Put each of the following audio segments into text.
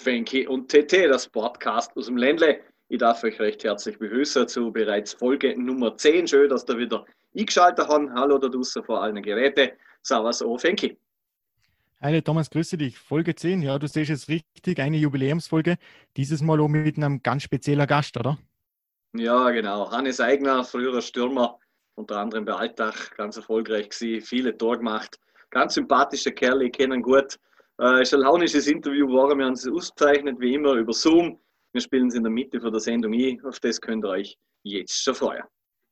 Fenki und TT, das Podcast aus dem Ländle. Ich darf euch recht herzlich begrüßen zu bereits Folge Nummer 10. Schön, dass ihr wieder eingeschaltet habt. Hallo da draußen vor allen Geräten. Servus, Fenki. Hi Thomas, grüße dich. Folge 10, ja, du siehst es richtig, eine Jubiläumsfolge. Dieses Mal auch mit einem ganz speziellen Gast, oder? Ja, genau. Hannes Aigner, früherer Stürmer, unter anderem bei Altach, ganz erfolgreich gewesen, viele Tore gemacht. Ganz sympathischer Kerl, ich kenne ihn gut. Ist ein launisches Interview geworden. Wir haben es ausgezeichnet, wie immer, über Zoom. Wir spielen es in der Mitte von der Sendung ein. Auf das könnt ihr euch jetzt schon freuen.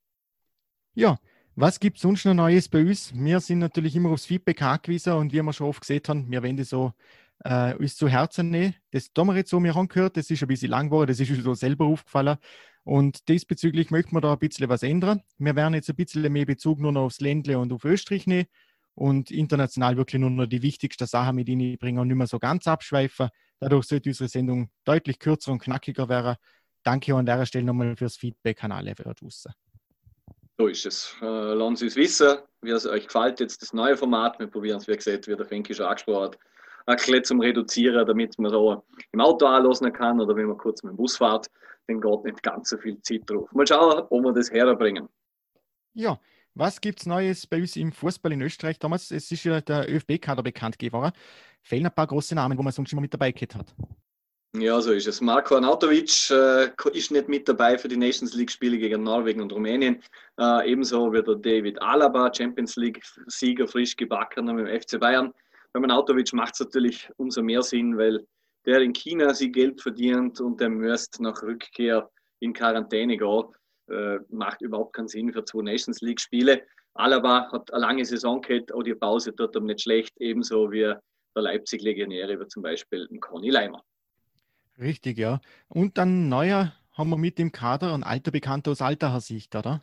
Ja, was gibt es sonst noch Neues bei uns? Wir sind natürlich immer aufs Feedback angewiesen und wie wir schon oft gesehen haben, wir wollen das so uns zu Herzen nehmen. Das tun wir jetzt so, wir haben gehört, das ist ein bisschen lang geworden, das ist uns so selber aufgefallen. Und diesbezüglich möchten wir da ein bisschen was ändern. Wir werden jetzt ein bisschen mehr Bezug nur noch aufs Ländle und auf Österreich nehmen und international wirklich nur noch die wichtigsten Sachen mit reinbringen und nicht mehr so ganz abschweifen. Dadurch sollte unsere Sendung deutlich kürzer und knackiger werden. Danke an der Stelle nochmal fürs Feedback an alle da draußen. So ist es. Lassen Sie uns wissen, wie es euch gefällt, jetzt das neue Format. Wir probieren es, wie gesagt, wie der Fenki schon angesprochen hat, ein bisschen zum Reduzieren, damit man so im Auto anlassen kann oder wenn man kurz mit dem Bus fährt, dann geht nicht ganz so viel Zeit drauf. Mal schauen, ob wir das herbringen. Ja, was gibt es Neues bei uns im Fußball in Österreich, Thomas? Es ist ja der ÖFB-Kader bekannt geworden. Fehlen ein paar große Namen, wo man sonst schon mal mit dabei gehabt hat. Ja, so ist es. Marko Arnautovic ist nicht mit dabei für die Nations League-Spiele gegen Norwegen und Rumänien. Ebenso wird der David Alaba, Champions League-Sieger, frisch gebacken mit dem FC Bayern. Beim Arnautovic macht es natürlich umso mehr Sinn, weil der in China sein Geld verdient und der müsste nach Rückkehr in Quarantäne gehen. Macht überhaupt keinen Sinn für 2 Nations League-Spiele. Alaba hat eine lange Saison gehabt, auch die Pause tut ihm nicht schlecht, ebenso wie der Leipzig-Legionäre, wie zum Beispiel Conny Leimer. Richtig, ja. Und dann neuer haben wir mit dem Kader ein alter Bekannter aus alter Sicht, oder?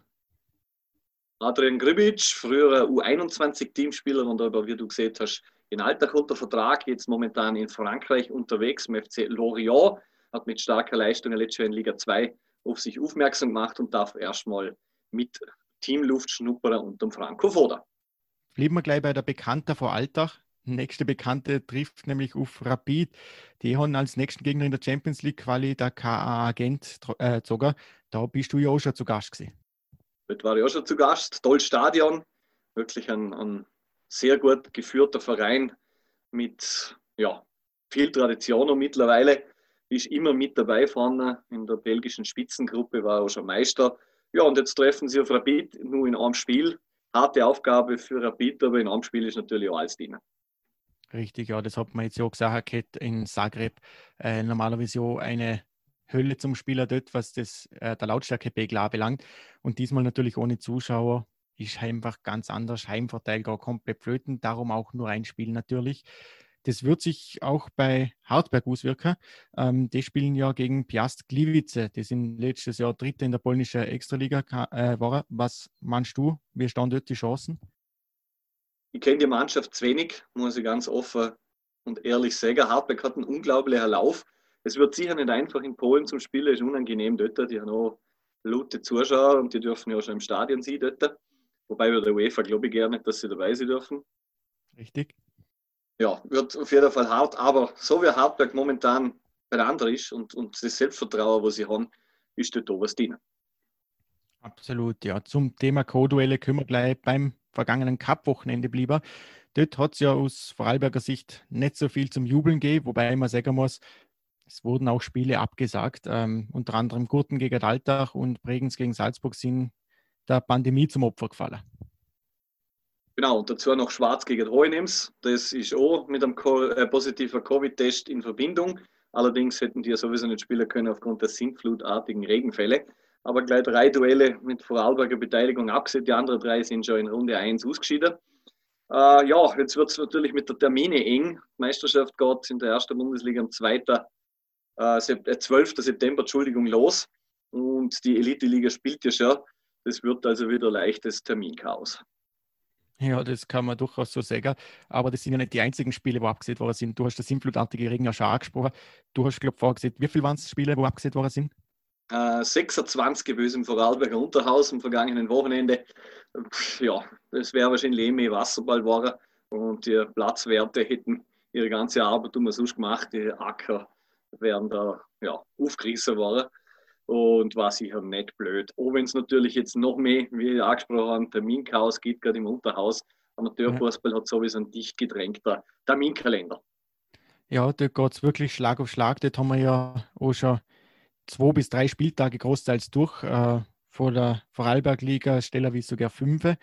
Adrian Gribic, früherer U21-Teamspieler und aber, wie du gesehen hast, in Alltag unter Vertrag, jetzt momentan in Frankreich unterwegs, im FC Lorient, hat mit starker Leistung letztes Jahr in Liga 2 auf sich aufmerksam gemacht und darf erstmal mit Teamluft schnuppern unterm Franco Foda. Bleiben wir gleich bei der Bekannter vor Altach. Nächste Bekannte trifft nämlich auf Rapid. Die haben als nächsten Gegner in der Champions League Quali der KA-Agent gezogen. Da bist du ja auch schon zu Gast gewesen. Dort war ich auch schon zu Gast. Tolles Stadion, wirklich ein sehr gut geführter Verein mit viel Tradition und mittlerweile ist immer mit dabei vorne in der belgischen Spitzengruppe, war auch schon Meister. Ja, und jetzt treffen sie auf Rapid nur in einem Spiel. Harte Aufgabe für Rapid, aber in einem Spiel ist natürlich auch alles drin. Richtig, ja, das hat man jetzt ja gesagt in Zagreb. Normalerweise ja eine Hölle zum Spieler dort, was das, der Lautstärkepegel anbelangt. Und diesmal natürlich ohne Zuschauer ist einfach ganz anders. Heimvorteil gar komplett flöten, darum auch nur ein Spiel natürlich. Das wird sich auch bei Hartberg auswirken. Die spielen ja gegen Piast Gliwice. Die sind letztes Jahr Dritte in der polnischen Extraliga waren. Was meinst du? Wie stehen dort die Chancen? Ich kenne die Mannschaft zu wenig, muss ich ganz offen und ehrlich sagen. Hartberg hat einen unglaublichen Lauf. Es wird sicher nicht einfach in Polen zum Spielen, ist unangenehm dort. Die haben auch laute Zuschauer und die dürfen ja auch schon im Stadion sein dort. Wobei bei der UEFA glaube ich gerne nicht, dass sie dabei sein dürfen. Richtig. Ja, wird auf jeden Fall hart, aber so wie Hartberg momentan beieinander ist und das Selbstvertrauen, was sie haben, ist dort auch was drin. Absolut, ja. Zum Thema Co-Duelle können wir gleich beim vergangenen Cup-Wochenende bleiben. Dort hat es ja aus Vorarlberger Sicht nicht so viel zum Jubeln gegeben, wobei man sagen muss, es wurden auch Spiele abgesagt. Unter anderem Gurten gegen Altach und Bregenz gegen Salzburg sind der Pandemie zum Opfer gefallen. Genau, und dazu noch Schwarz gegen Hohenems. Das ist auch mit einem positiven Covid-Test in Verbindung. Allerdings hätten die ja sowieso nicht spielen können aufgrund der sintflutartigen Regenfälle. Aber gleich 3 Duelle mit Vorarlberger Beteiligung abgesehen. Die anderen 3 sind schon in Runde 1 ausgeschieden. Jetzt wird es natürlich mit der Termine eng. Die Meisterschaft geht in der ersten Bundesliga am 12. September los. Und die Elite-Liga spielt ja schon. Das wird also wieder leichtes Terminchaos. Ja, das kann man durchaus so sagen. Aber das sind ja nicht die einzigen Spiele, die abgesehen worden sind. Du hast das sintflutartige Regen ja schon angesprochen. Du hast, glaube ich, vorher gesagt, wie viele waren es Spiele, die abgesehen worden sind? 26 gewesen im Vorarlberger Unterhaus am vergangenen Wochenende. Ja, das wäre wahrscheinlich mehr Wasserball geworden und die Platzwerte hätten ihre ganze Arbeit sonst gemacht. Die Acker werden da aufgerissen worden. Und war sicher nicht blöd. Auch wenn es natürlich jetzt noch mehr, wie ich angesprochen habe, Terminchaos gibt, gerade im Unterhaus. Amateurfußball hat sowieso einen dicht gedrängter Terminkalender. Ja, da geht es wirklich Schlag auf Schlag. Das haben wir ja auch schon 2 bis 3 Spieltage großteils durch. Vor der Vorarlberg-Liga stellen wir sogar 5.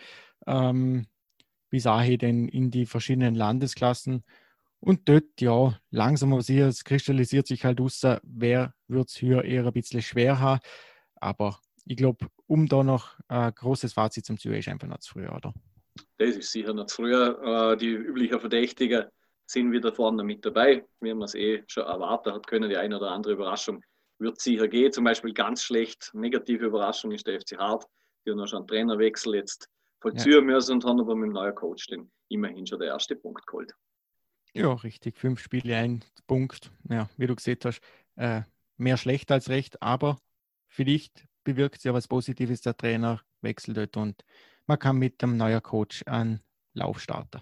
Bis dahin dann in die verschiedenen Landesklassen. Und dort, ja, langsam aber sicher, es kristallisiert sich halt aus, wer wird es hier eher ein bisschen schwer haben. Aber ich glaube, um da noch ein großes Fazit zum ziehen, ist einfach noch zu früh, oder? Das ist sicher noch zu früh. Die üblichen Verdächtigen sind wieder vorne mit dabei. Wie man es schon erwartet hat können, die eine oder andere Überraschung wird sicher gehen. Zum Beispiel ganz schlecht, negative Überraschung ist der FC Hart. Die haben noch schon einen Trainerwechsel jetzt vollziehen müssen und haben aber mit dem neuen Coach den immerhin schon der erste Punkt geholt. Ja, richtig. 5 Spiele, 1 Punkt. Ja, wie du gesehen hast, mehr schlecht als recht, aber vielleicht bewirkt es ja was Positives, der Trainer wechselt dort und man kann mit dem neuen Coach einen Lauf starten.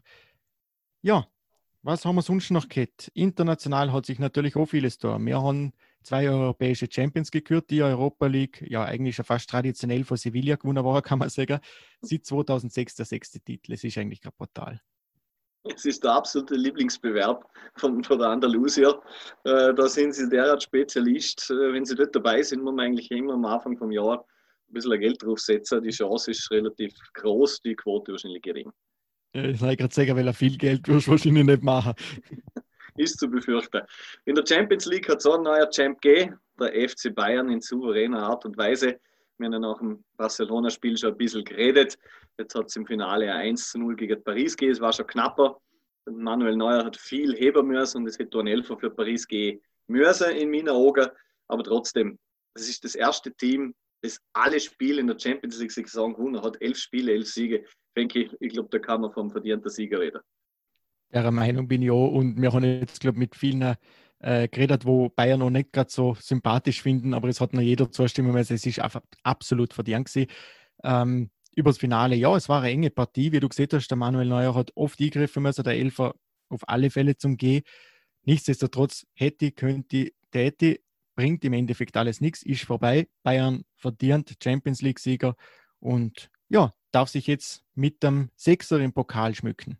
Ja, was haben wir sonst noch gehabt? International hat sich natürlich auch vieles da. Wir haben 2 europäische Champions gekürt, die Europa League, ja eigentlich schon fast traditionell von Sevilla gewonnen war, kann man sagen. Seit 2006 der 6. Titel. Es ist eigentlich gerade brutal. Es ist der absolute Lieblingsbewerb von der Andalusier. Da sind sie derart Spezialist. Wenn sie dort dabei sind, muss man eigentlich immer am Anfang vom Jahr ein bisschen Geld draufsetzen. Die Chance ist relativ groß, die Quote wahrscheinlich gering. Ich wollte gerade sagen, weil er viel Geld wirst du wahrscheinlich nicht machen. Ist zu befürchten. In der Champions League hat es auch ein neuer Champ gegeben, der FC Bayern in souveräner Art und Weise. Wir haben ja nach dem Barcelona-Spiel schon ein bisschen geredet. Jetzt hat es im Finale 1:0 gegen Paris gegeben. Es war schon knapper. Manuel Neuer hat viel heben müssen und es hätte ein Elfer für Paris gehen müssen, in meinen Augen. Aber trotzdem, das ist das erste Team, das alle Spiele in der Champions League-Saison gewonnen hat. 11 Spiele, 11 Siege. Ich glaube, da kann man vom verdienten Sieger reden. Der Meinung bin ich auch. Und wir haben jetzt, glaube ich, mit vielen geredet, wo Bayern noch nicht gerade so sympathisch finden, aber es hat noch jeder zustimmen müssen. Es ist einfach absolut verdient gewesen. Über das Finale, ja, es war eine enge Partie, wie du gesehen hast. Der Manuel Neuer hat oft eingegriffen müssen, der Elfer auf alle Fälle zum G. Nichtsdestotrotz hätte, könnte, täte, bringt im Endeffekt alles nichts, ist vorbei. Bayern verdient Champions League-Sieger und ja, darf sich jetzt mit dem Sechser im Pokal schmücken.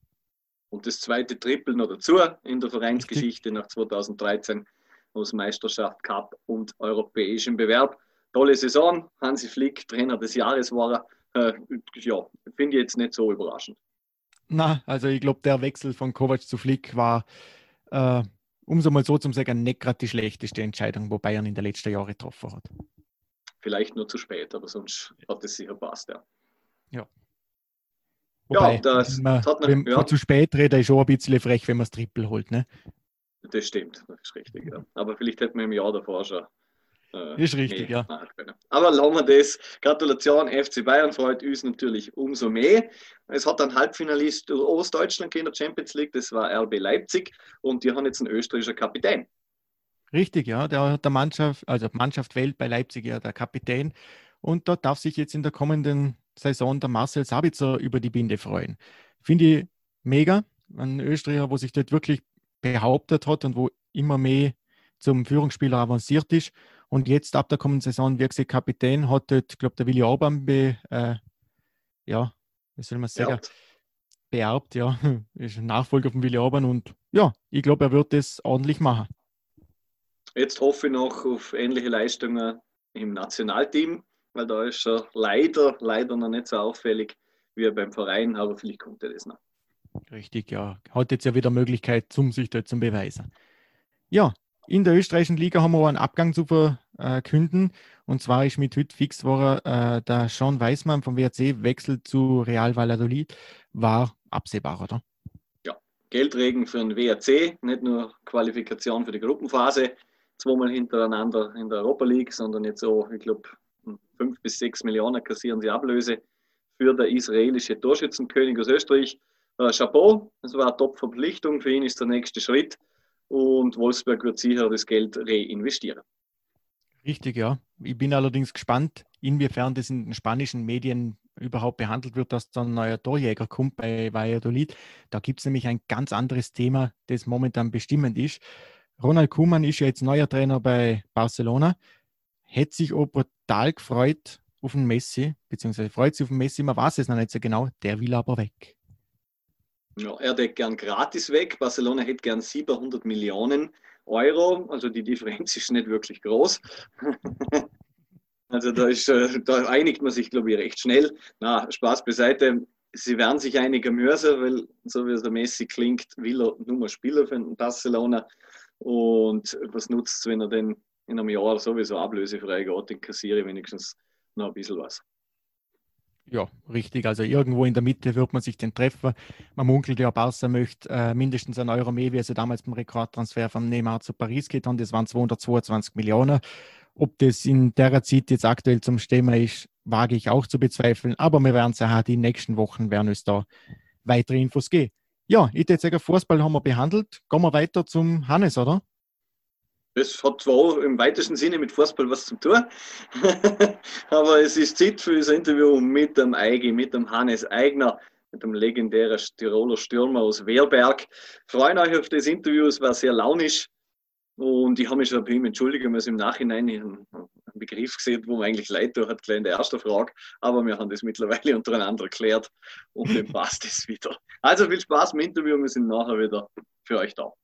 Und das zweite Triple noch dazu in der Vereinsgeschichte nach 2013 aus Meisterschaft, Cup und europäischem Bewerb. Tolle Saison. Hansi Flick, Trainer des Jahres war er. Ja, finde ich jetzt nicht so überraschend. Na, also ich glaube, der Wechsel von Kovac zu Flick war, um es mal so zu sagen, nicht gerade die schlechteste Entscheidung, wo Bayern in den letzten Jahren getroffen hat. Vielleicht nur zu spät, aber sonst hat es sicher passt, ja. Ja. Wobei, ja, das wenn man zu spät redet, ist schon ein bisschen frech, wenn man das Triple holt, ne? Das stimmt, das ist richtig, ja. Aber vielleicht hätten wir im Jahr davor schon ist richtig, ja. Aber lassen wir das. Gratulation, FC Bayern freut uns natürlich umso mehr. Es hat einen Halbfinalist Ostdeutschland in der Champions League, das war RB Leipzig und die haben jetzt einen österreichischen Kapitän. Richtig, ja. Der hat der Mannschaft wählt bei Leipzig ja der Kapitän. Und dort darf sich jetzt in der kommenden Saison der Marcel Sabitzer über die Binde freuen. Finde ich mega. Ein Österreicher, wo sich dort wirklich behauptet hat und wo immer mehr zum Führungsspieler avanciert ist. Und jetzt ab der kommenden Saison wie gesagt Kapitän, hat dort, glaube der Willi Orban wie soll man sagen, beerbt, ja. Ist ein Nachfolger von Willi Orban und ja, ich glaube, er wird das ordentlich machen. Jetzt hoffe ich noch auf ähnliche Leistungen im Nationalteam, weil da ist er leider noch nicht so auffällig wie beim Verein, aber vielleicht kommt er das noch. Richtig, ja. Hat jetzt ja wieder Möglichkeit, sich dort zu beweisen. Ja, in der österreichischen Liga haben wir auch einen Abgang zu verkünden. Und zwar ist mit heute fix worden, der Sean Weismann vom WRC wechselt zu Real Valladolid. War absehbar, oder? Ja, Geldregen für den WRC, nicht nur Qualifikation für die Gruppenphase, 2-mal hintereinander in der Europa League, sondern jetzt so, ich glaube, 5 bis 6 Millionen kassieren sie Ablöse für der israelische Torschützenkönig aus Österreich. Chapeau, das war eine Top-Verpflichtung, für ihn ist der nächste Schritt und Wolfsberg wird sicher das Geld reinvestieren. Richtig, ja. Ich bin allerdings gespannt, inwiefern das in den spanischen Medien überhaupt behandelt wird, dass da ein neuer Torjäger kommt bei Valladolid. Da gibt es nämlich ein ganz anderes Thema, das momentan bestimmend ist. Ronald Koeman ist ja jetzt neuer Trainer bei Barcelona. Hätte sich auch brutal gefreut auf den Messi, beziehungsweise freut sich auf den Messi, man weiß es noch nicht so genau, der will aber weg. Ja, er hätte gern gratis weg. Barcelona hätte gern 700 Millionen Euro. Also die Differenz ist nicht wirklich groß. Also da einigt man sich, glaube ich, recht schnell. Na, Spaß beiseite. Sie werden sich einiger müssen, weil so wie es der Messi klingt, will er nur mal Spieler für Barcelona. Und was nutzt es, wenn er denn in einem Jahr sowieso ablösefrei geht, den kassiere wenigstens noch ein bisschen was. Ja, richtig. Also irgendwo in der Mitte wird man sich den treffen. Man munkelt ja, Barca möchte mindestens einen Euro mehr, wie also damals beim Rekordtransfer von Neymar zu Paris geht haben. Das waren 222 Millionen. Ob das in der Zeit jetzt aktuell zum Thema ist, wage ich auch zu bezweifeln. Aber wir werden es ja die nächsten Wochen werden uns da weitere Infos geben. Ja, ich würde sagen, Fußball haben wir behandelt. Gehen wir weiter zum Hannes, oder? Das hat zwar im weitesten Sinne mit Fußball was zu tun, aber es ist Zeit für das Interview mit dem Eigi, mit dem Hannes Aigner, mit dem legendären Tiroler Stürmer aus Werberg. Freuen euch auf das Interview, es war sehr launisch und ich habe mich schon bei ihm entschuldigen müssen im Nachhinein. Ich habe einen Begriff gesehen, wo man eigentlich leid hat, gleich in der ersten Frage, aber wir haben das mittlerweile untereinander erklärt und dann passt es wieder. Also viel Spaß im Interview, wir sind nachher wieder für euch da.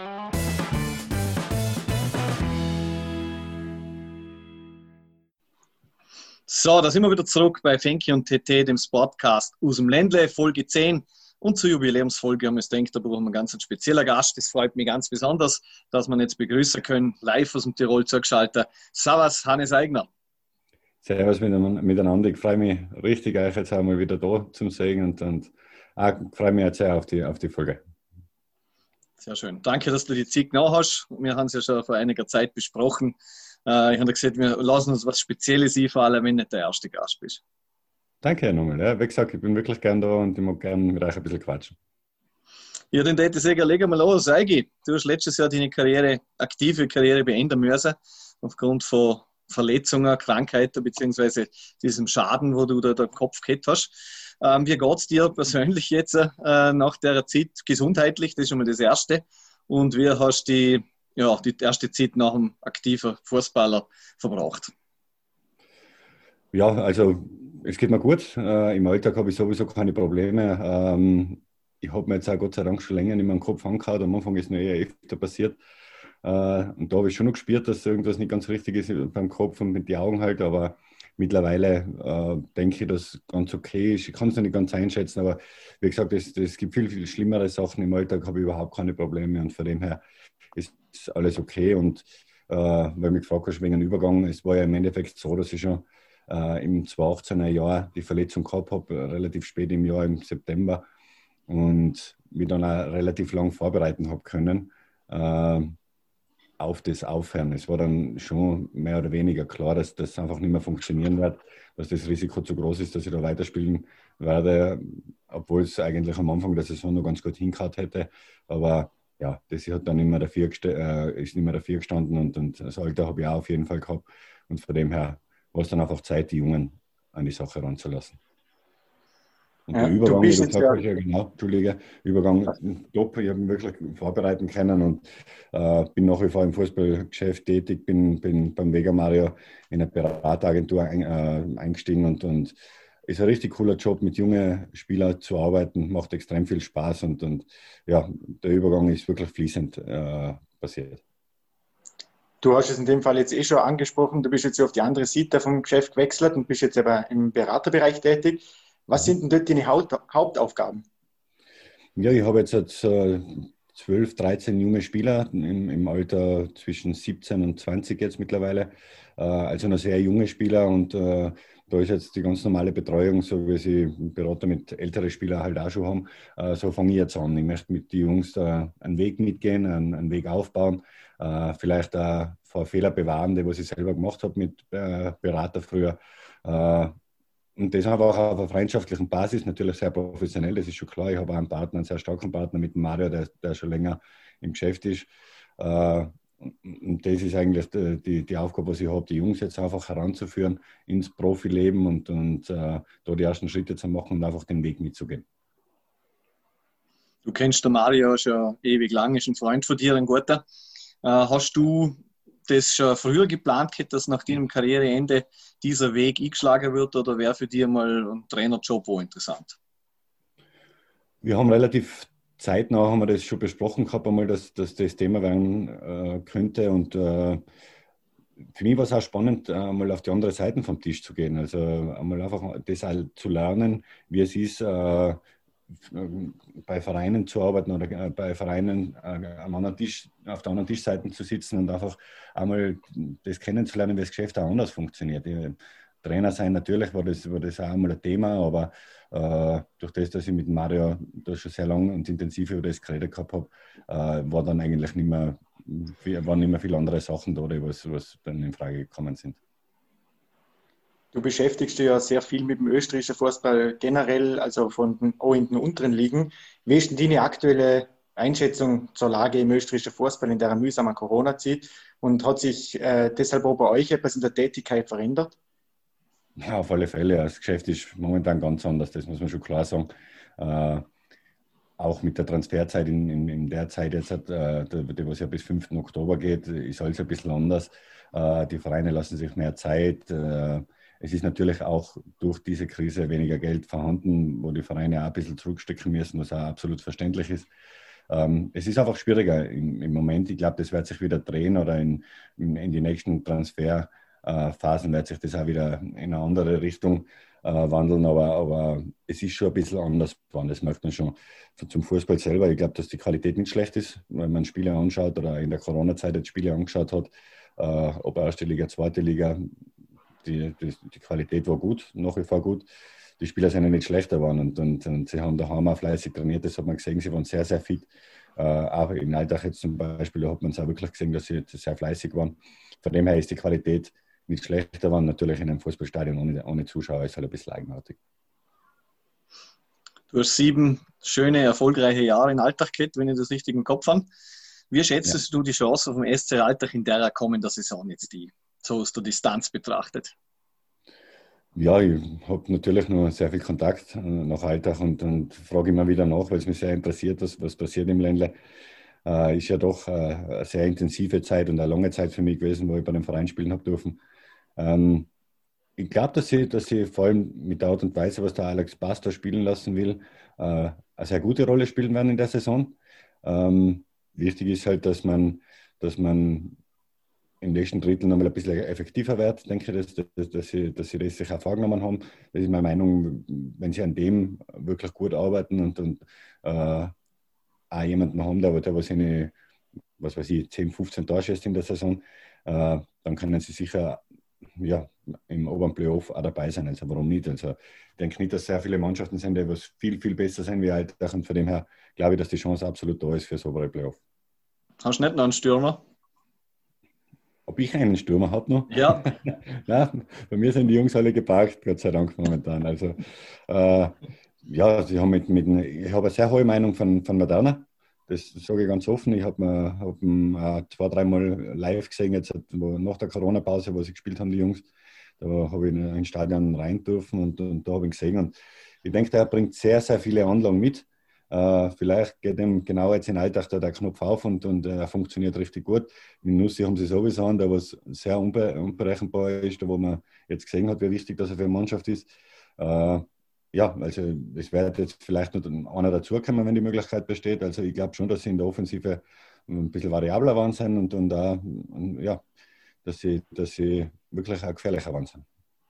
So, da sind wir wieder zurück bei Fenki und TT, dem Sportcast aus dem Ländle, Folge 10. Und zur Jubiläumsfolge haben wir uns gedacht, da brauchen wir einen ganz speziellen Gast. Das freut mich ganz besonders, dass wir ihn jetzt begrüßen können, live aus dem Tirol zugeschaltet. Servus, Hannes Aigner. Servus miteinander. Ich freue mich richtig, euch jetzt einmal wieder da zum Sehen und freue mich jetzt sehr auf die Folge. Sehr schön. Danke, dass du die Zeit genommen hast. Wir haben es ja schon vor einiger Zeit besprochen. Ich habe gesagt, wir lassen uns was Spezielles einfallen, wenn du nicht der erste Gast bist. Danke nochmal. Ja, wie gesagt, ich bin wirklich gern da und ich mag gerne mit euch ein bisschen quatschen. Ja, dann würde ich sagen, legen wir los. Eigi, du hast letztes Jahr deine aktive Karriere beenden müssen, aufgrund von Verletzungen, Krankheiten bzw. diesem Schaden, wo du da den Kopf gehabt hast. Wie geht es dir persönlich jetzt nach der Zeit gesundheitlich? Das ist schon mal das Erste. Und wie hast du die erste Zeit nach dem aktiven Fußballer verbracht? Ja, also es geht mir gut. Im Alltag habe ich sowieso keine Probleme. Ich habe mir jetzt auch Gott sei Dank schon länger nicht mehr den Kopf angehauen. Am Anfang ist es noch eher öfter passiert. Und da habe ich schon noch gespürt, dass irgendwas nicht ganz richtig ist beim Kopf und mit den Augen halt. Aber mittlerweile denke ich, dass es ganz okay ist. Ich kann es noch nicht ganz einschätzen, aber wie gesagt, es gibt viel, viel schlimmere Sachen. Im Alltag habe ich überhaupt keine Probleme und von dem her ist alles okay. Und weil mich gefragt hast wegen dem Übergang, es war ja im Endeffekt so, dass ich schon im 2018er Jahr die Verletzung gehabt habe, relativ spät im Jahr, im September, und mich dann auch relativ lang vorbereiten habe können auf das Aufhören. Es war dann schon mehr oder weniger klar, dass das einfach nicht mehr funktionieren wird, dass das Risiko zu groß ist, dass ich da weiterspielen werde, obwohl es eigentlich am Anfang der Saison noch ganz gut hingehauen hätte. Aber ja, das hat dann nicht mehr dafür gestanden und das Alter habe ich auch auf jeden Fall gehabt. Und von dem her war es dann einfach Zeit, die Jungen an die Sache ranzulassen. Und der Übergang, Übergang top, ich habe mich wirklich vorbereiten können und bin nach wie vor im Fußballgeschäft tätig, bin beim Vega Mario in eine Berateragentur eingestiegen und ist ein richtig cooler Job, mit jungen Spielern zu arbeiten, macht extrem viel Spaß und ja, der Übergang ist wirklich fließend passiert. Du hast es in dem Fall jetzt schon angesprochen, du bist jetzt auf die andere Seite vom Geschäft gewechselt und bist jetzt aber im Beraterbereich tätig. Was sind denn dort deine Hauptaufgaben? Ja, ich habe jetzt 12, 13 junge Spieler im Alter zwischen 17 und 20 jetzt mittlerweile. Also noch sehr junge Spieler und da ist jetzt die ganz normale Betreuung, so wie sie Berater mit älteren Spielern halt auch schon haben. So fange ich jetzt an. Ich möchte mit den Jungs da einen Weg mitgehen, einen Weg aufbauen, vielleicht auch vor Fehler bewahren, die was ich selber gemacht habe mit Berater früher. Und das einfach auf einer freundschaftlichen Basis, natürlich sehr professionell, das ist schon klar. Ich habe auch einen Partner, einen sehr starken Partner mit Mario, der schon länger im Geschäft ist. Und das ist eigentlich die Aufgabe, was ich habe, die Jungs jetzt einfach heranzuführen ins Profileben und da die ersten Schritte zu machen und einfach den Weg mitzugehen. Du kennst den Mario schon ewig lang, ist ein Freund von dir, ein guter. Hast du das schon früher geplant, dass nach deinem Karriereende dieser Weg eingeschlagen wird, oder wäre für dich mal ein Trainerjob wo interessant? Wir haben relativ zeitnah haben wir das schon besprochen gehabt, einmal, dass das Thema werden könnte. Und für mich war es auch spannend, mal auf die andere Seite vom Tisch zu gehen. Also einmal einfach das halt zu lernen, wie es ist, bei Vereinen zu arbeiten oder bei Vereinen am anderen Tisch, auf der anderen Tischseite zu sitzen und einfach einmal das kennenzulernen, wie das Geschäft auch anders funktioniert. Trainer sein, natürlich war das auch einmal ein Thema, aber durch das, dass ich mit Mario da schon sehr lange und intensiv über das geredet gehabt habe, war dann eigentlich waren nicht mehr viele andere Sachen da, was dann in Frage gekommen sind. Du beschäftigst dich ja sehr viel mit dem österreichischen Fußball generell, also auch in den unteren Ligen. Wie ist denn deine aktuelle Einschätzung zur Lage im österreichischen Fußball in der mühsamen Corona-Zeit? Und hat sich deshalb auch bei euch etwas in der Tätigkeit verändert? Ja, auf alle Fälle. Das Geschäft ist momentan ganz anders, das muss man schon klar sagen. Auch mit der Transferzeit in der Zeit jetzt, die was ja bis 5. Oktober geht, ist alles ein bisschen anders. Die Vereine lassen sich mehr Zeit. Es ist natürlich auch durch diese Krise weniger Geld vorhanden, wo die Vereine auch ein bisschen zurückstecken müssen, was auch absolut verständlich ist. Es ist einfach schwieriger im Moment. Ich glaube, das wird sich wieder drehen oder in die nächsten Transferphasen wird sich das auch wieder in eine andere Richtung wandeln. Aber es ist schon ein bisschen anders geworden. Das merkt man schon zum Fußball selber. Ich glaube, dass die Qualität nicht schlecht ist, wenn man Spiele anschaut oder in der Corona-Zeit jetzt Spiele angeschaut hat, ob erste Liga, zweite Liga. Die Qualität war gut, nach wie vor gut. Die Spieler sind ja nicht schlechter geworden und sie haben daheim auch fleißig trainiert, das hat man gesehen, sie waren sehr, sehr fit. Auch im Alltag jetzt zum Beispiel, da hat man es auch wirklich gesehen, dass sie sehr fleißig waren. Von dem her ist die Qualität nicht schlechter geworden. Natürlich in einem Fußballstadion ohne Zuschauer ist halt ein bisschen eigenartig. Du hast 7 schöne, erfolgreiche Jahre in Alltag gehabt, wenn ich das richtig im Kopf habe. Wie schätzt du die Chance vom SC Alltag in der kommenden Saison jetzt so aus der Distanz betrachtet? Ja, ich habe natürlich noch sehr viel Kontakt nach Alltag und frage immer wieder nach, weil es mich sehr interessiert, was passiert im Ländle. Ist ja doch eine sehr intensive Zeit und eine lange Zeit für mich gewesen, wo ich bei dem Verein spielen habe dürfen. Ich glaube, dass sie vor allem mit der Art und Weise, was der Alex Pastor spielen lassen will, eine sehr gute Rolle spielen werden in der Saison. Wichtig ist halt, dass man im nächsten Drittel nochmal ein bisschen effektiver wird. Ich denke, dass sie das sich auch vorgenommen haben. Das ist meine Meinung, wenn sie an dem wirklich gut arbeiten und auch jemanden haben, der was ihnen, was weiß ich, 10, 15 Tore schießt in der Saison, dann können sie sicher im oberen Playoff auch dabei sein. Also warum nicht? Also ich denke nicht, dass sehr viele Mannschaften sind, die was viel, viel besser sind wie Alltag. Und von dem her glaube ich, dass die Chance absolut da ist für das obere Playoff. Hast du nicht noch einen Stürmer? Ob ich einen Stürmer habe noch? Ja. Nein, bei mir sind die Jungs alle geparkt, Gott sei Dank momentan. Also sie haben ich habe eine sehr hohe Meinung von Moderna. Das sage ich ganz offen. Ich habe ihn 2-3 Mal live gesehen, jetzt nach der Corona-Pause, wo sie gespielt haben, die Jungs. Da habe ich in ein Stadion rein dürfen und da habe ich ihn gesehen. Und ich denke, der bringt sehr, sehr viele Anlagen mit. Vielleicht geht ihm genau jetzt in Alltag der Knopf auf und er funktioniert richtig gut. Mit Nussi haben sie sowieso an, der was sehr unberechenbar ist, da wo man jetzt gesehen hat, wie wichtig das für eine Mannschaft ist. Also es wird jetzt vielleicht noch einer dazukommen, wenn die Möglichkeit besteht. Also ich glaube schon, dass sie in der Offensive ein bisschen variabler waren sind und auch, dass sie wirklich auch gefährlicher waren sind.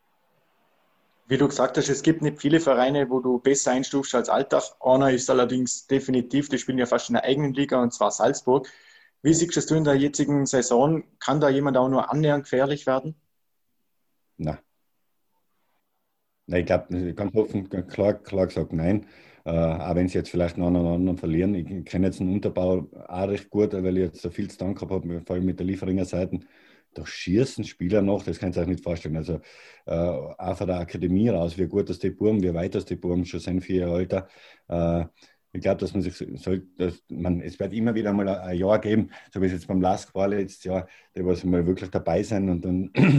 Wie du gesagt hast, es gibt nicht viele Vereine, wo du besser einstufst als Alltag. Einer ist allerdings definitiv, die spielen ja fast in der eigenen Liga, und zwar Salzburg. Wie siehst du in der jetzigen Saison? Kann da jemand auch nur annähernd gefährlich werden? Nein, ich glaube, ganz offen, klar gesagt, nein. Auch wenn sie jetzt vielleicht noch einen oder anderen verlieren. Ich kenne jetzt den Unterbau auch recht gut, weil ich jetzt so viel zu tun gehabt habe, vor allem mit der Lieferinger Seite. Da schießen Spieler noch, das kannst du euch nicht vorstellen. Also auch von der Akademie raus, wie gut das die Buben, wie weit das die Buben schon sind für ihr Alter. Ich glaube, dass man sich es wird immer wieder mal ein Jahr geben, so wie es jetzt beim Lask war letztes Jahr, die was mal wirklich dabei sein und